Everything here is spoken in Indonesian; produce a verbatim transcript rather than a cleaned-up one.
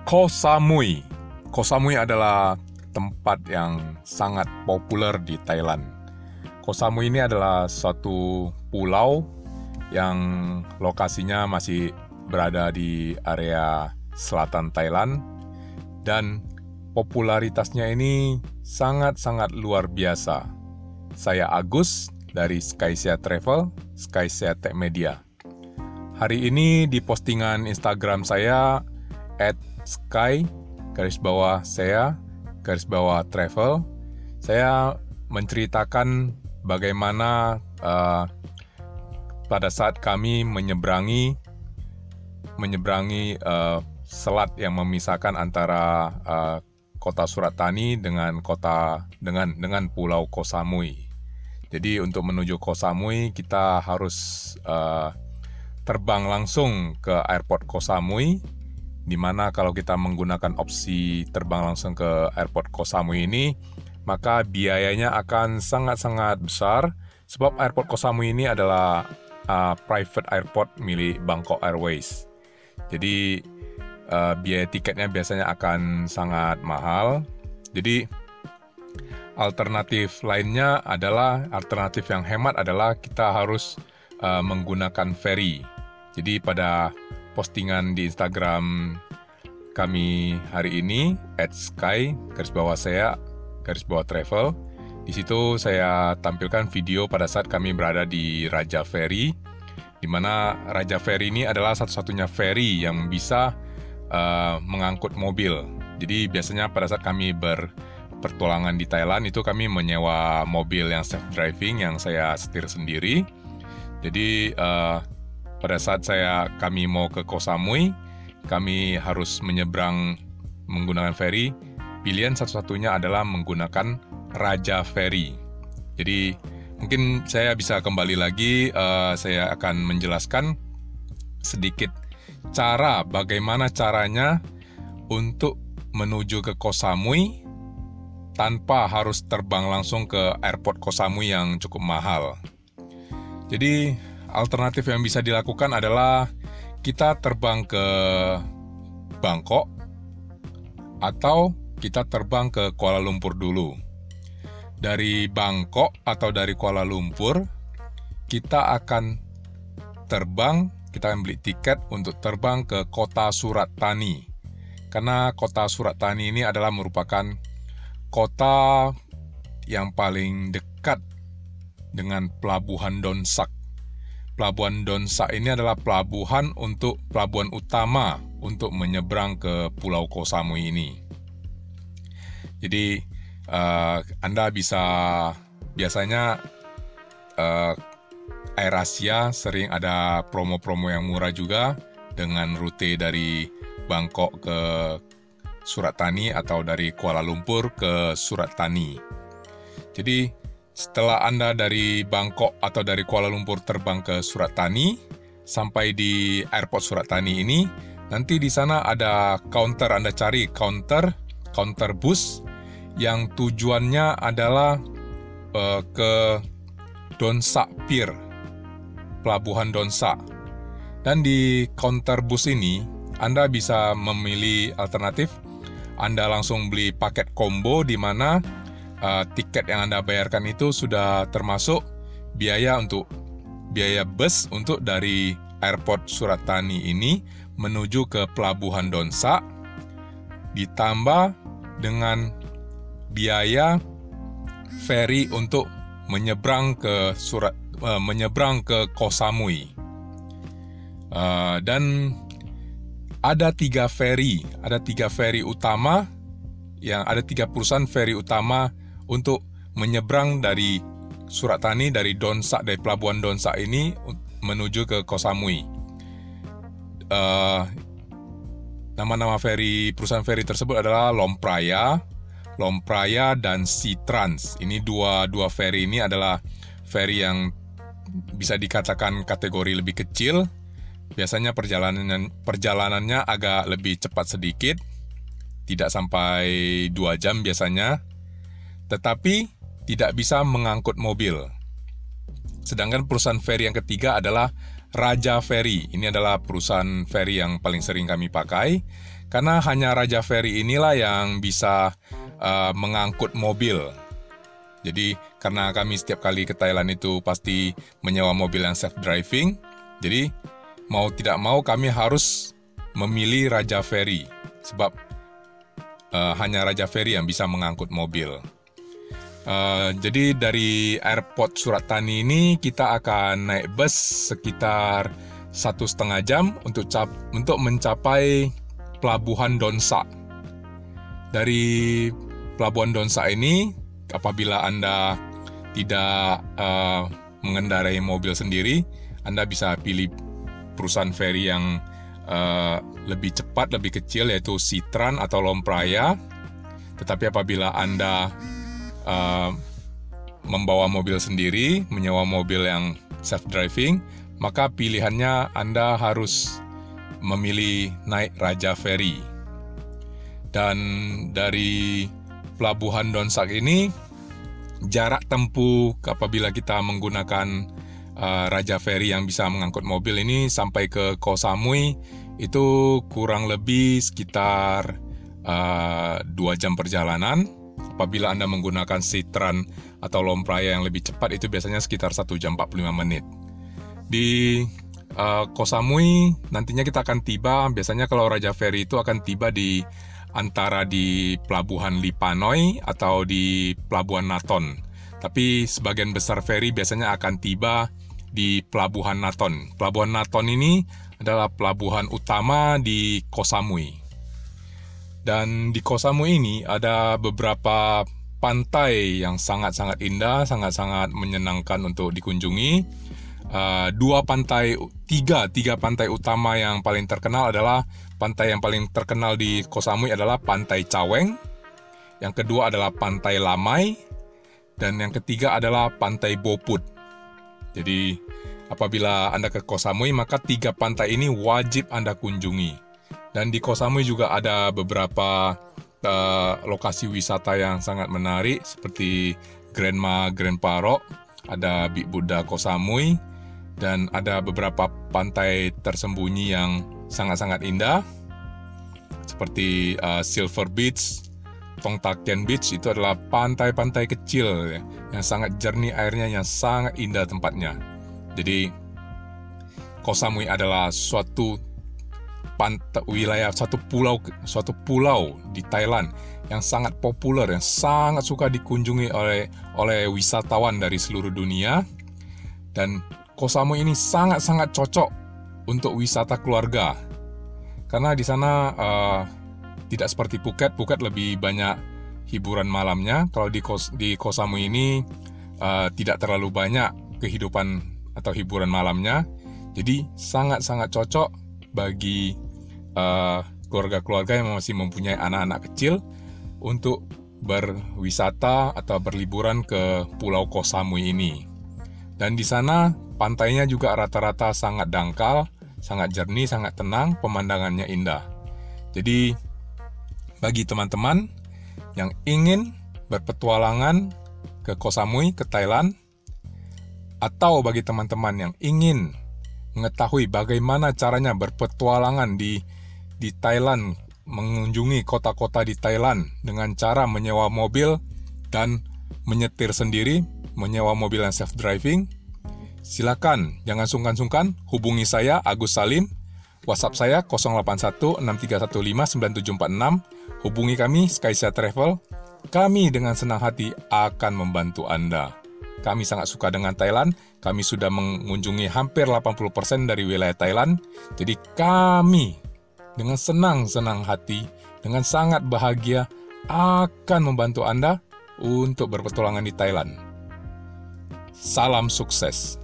Koh Samui. Koh Samui adalah tempat yang sangat populer di Thailand. Koh Samui ini adalah suatu pulau yang lokasinya masih berada di area selatan Thailand, dan popularitasnya ini sangat-sangat luar biasa. Saya Agus dari Skysia Travel, Skysia Tech Media. Hari ini di postingan Instagram saya at sky garis bawah saya garis bawah travel, saya menceritakan bagaimana uh, pada saat kami menyeberangi menyeberangi uh, selat yang memisahkan antara uh, kota Surat Thani dengan kota dengan dengan Pulau Koh Samui. Jadi untuk menuju Koh Samui kita harus uh, terbang langsung ke airport Koh Samui, di mana kalau kita menggunakan opsi terbang langsung ke airport Koh Samui ini, maka biayanya akan sangat-sangat besar, sebab airport Koh Samui ini adalah uh, private airport milik Bangkok Airways. Jadi uh, biaya tiketnya biasanya akan sangat mahal. Jadi alternatif lainnya adalah, alternatif yang hemat adalah kita harus uh, menggunakan ferry. Jadi pada postingan di Instagram kami hari ini at sky garis bawah saya garis bawah travel, di situ saya tampilkan video pada saat kami berada di Raja Ferry, di mana Raja Ferry ini adalah satu-satunya ferry yang bisa uh, mengangkut mobil. Jadi biasanya pada saat kami berpetualangan di Thailand itu kami menyewa mobil yang self driving yang saya setir sendiri. Jadi uh, pada saat saya kami mau ke Koh Samui, kami harus menyeberang menggunakan ferry. Pilihan satu-satunya adalah menggunakan Raja Ferry. Jadi mungkin saya bisa kembali lagi, uh, saya akan menjelaskan sedikit cara bagaimana caranya untuk menuju ke Koh Samui tanpa harus terbang langsung ke airport Koh Samui yang cukup mahal. Jadi alternatif yang bisa dilakukan adalah kita terbang ke Bangkok atau kita terbang ke Kuala Lumpur dulu. Dari Bangkok atau dari Kuala Lumpur, kita akan terbang, kita akan beli tiket untuk terbang ke kota Surat Thani. Karena kota Surat Thani ini adalah merupakan kota yang paling dekat dengan Pelabuhan Don Sak. Pelabuhan Don Sak ini adalah pelabuhan untuk pelabuhan utama untuk menyeberang ke Pulau Koh Samui ini. Jadi uh, Anda bisa, biasanya uh, AirAsia sering ada promo-promo yang murah juga dengan rute dari Bangkok ke Surat Thani atau dari Kuala Lumpur ke Surat Thani. Jadi setelah Anda dari Bangkok atau dari Kuala Lumpur terbang ke Surat Thani, sampai di airport Surat Thani ini, nanti di sana ada counter, Anda cari counter, counter bus yang tujuannya adalah uh, ke Don Sak Pier, Pelabuhan Don Sak. Dan di counter bus ini, Anda bisa memilih alternatif, Anda langsung beli paket combo di mana Uh, tiket yang Anda bayarkan itu sudah termasuk biaya untuk biaya bus untuk dari airport Surat Thani ini menuju ke Pelabuhan Don Sak, ditambah dengan biaya ferry untuk menyeberang ke Surat uh, menyeberang ke Koh Samui. Uh, dan ada tiga ferry, ada tiga ferry utama, yang ada tiga perusahaan ferry utama untuk menyeberang dari Surat Thani, dari Don Sak, dari Pelabuhan Don Sak ini menuju ke Koh Samui. Uh, nama-nama ferry, perusahaan ferry tersebut adalah Lompraya, Lompraya dan Sea Trans. Ini dua dua ferry ini adalah ferry yang bisa dikatakan kategori lebih kecil. Biasanya perjalanan perjalanannya agak lebih cepat sedikit, tidak sampai dua jam biasanya, tetapi tidak bisa mengangkut mobil. Sedangkan perusahaan ferry yang ketiga adalah Raja Ferry. Ini adalah perusahaan ferry yang paling sering kami pakai, karena hanya Raja Ferry inilah yang bisa uh, mengangkut mobil. Jadi karena kami setiap kali ke Thailand itu pasti menyewa mobil yang self-driving, jadi mau tidak mau kami harus memilih Raja Ferry, sebab uh, hanya Raja Ferry yang bisa mengangkut mobil. Uh, jadi dari airport Surat Thani ini kita akan naik bus sekitar satu setengah jam untuk cap untuk mencapai Pelabuhan Donsa. Dari Pelabuhan Donsa ini, apabila Anda tidak uh, mengendarai mobil sendiri, Anda bisa pilih perusahaan ferry yang uh, lebih cepat, lebih kecil, yaitu Sitran atau Lompraya. Tetapi apabila Anda Uh, membawa mobil sendiri, menyewa mobil yang self-driving, maka pilihannya Anda harus memilih naik Raja Ferry. Dan dari Pelabuhan Donsak ini, jarak tempuh apabila kita menggunakan uh, Raja Ferry yang bisa mengangkut mobil ini sampai ke Koh Samui itu kurang lebih sekitar uh, dua jam perjalanan. Apabila Anda menggunakan Sitran atau Lompraya yang lebih cepat, itu biasanya sekitar satu jam empat puluh lima menit. Di uh, Koh Samui nantinya kita akan tiba, biasanya kalau Raja Ferry itu akan tiba di antara di Pelabuhan Lipanoi atau di Pelabuhan Naton. Tapi sebagian besar ferry biasanya akan tiba di Pelabuhan Naton. Pelabuhan Naton ini adalah pelabuhan utama di Koh Samui. Dan di Koh Samui ini ada beberapa pantai yang sangat-sangat indah, sangat-sangat menyenangkan untuk dikunjungi. Uh, dua pantai, tiga, tiga pantai utama yang paling terkenal adalah pantai yang paling terkenal di Koh Samui adalah Pantai Caweng. Yang kedua adalah Pantai Lamai. Dan yang ketiga adalah Pantai Boput. Jadi apabila Anda ke Koh Samui, maka tiga pantai ini wajib Anda kunjungi. Dan di Koh Samui juga ada beberapa uh, lokasi wisata yang sangat menarik seperti Grand Ma Grand Parok, ada Big Buddha Koh Samui, dan ada beberapa pantai tersembunyi yang sangat-sangat indah seperti uh, Silver Beach, Tong Takian Beach. Itu adalah pantai-pantai kecil ya, yang sangat jernih airnya, yang sangat indah tempatnya. Jadi Koh Samui adalah suatu pantai wilayah suatu pulau suatu pulau di Thailand yang sangat populer, yang sangat suka dikunjungi oleh oleh wisatawan dari seluruh dunia. Dan Koh Samui ini sangat-sangat cocok untuk wisata keluarga, karena di sana uh, tidak seperti Phuket. Phuket lebih banyak hiburan malamnya. Kalau di Koh, di Koh Samui ini uh, tidak terlalu banyak kehidupan atau hiburan malamnya. Jadi sangat-sangat cocok bagi uh, keluarga-keluarga yang masih mempunyai anak-anak kecil untuk berwisata atau berliburan ke Pulau Koh Samui ini. Dan di sana pantainya juga rata-rata sangat dangkal, sangat jernih, sangat tenang, pemandangannya indah. Jadi bagi teman-teman yang ingin berpetualangan ke Koh Samui, ke Thailand, atau bagi teman-teman yang ingin mengetahui bagaimana caranya berpetualangan di di Thailand, mengunjungi kota-kota di Thailand dengan cara menyewa mobil dan menyetir sendiri, menyewa mobil yang self-driving, silakan jangan sungkan-sungkan hubungi saya Agus Salim. WhatsApp saya nol delapan satu enam tiga satu lima sembilan tujuh empat enam. Hubungi kami Skysia Travel. Kami dengan senang hati akan membantu Anda. Kami sangat suka dengan Thailand. Kami sudah mengunjungi hampir delapan puluh persen dari wilayah Thailand. Jadi kami dengan senang-senang hati, dengan sangat bahagia akan membantu Anda untuk berpetualangan di Thailand. Salam sukses.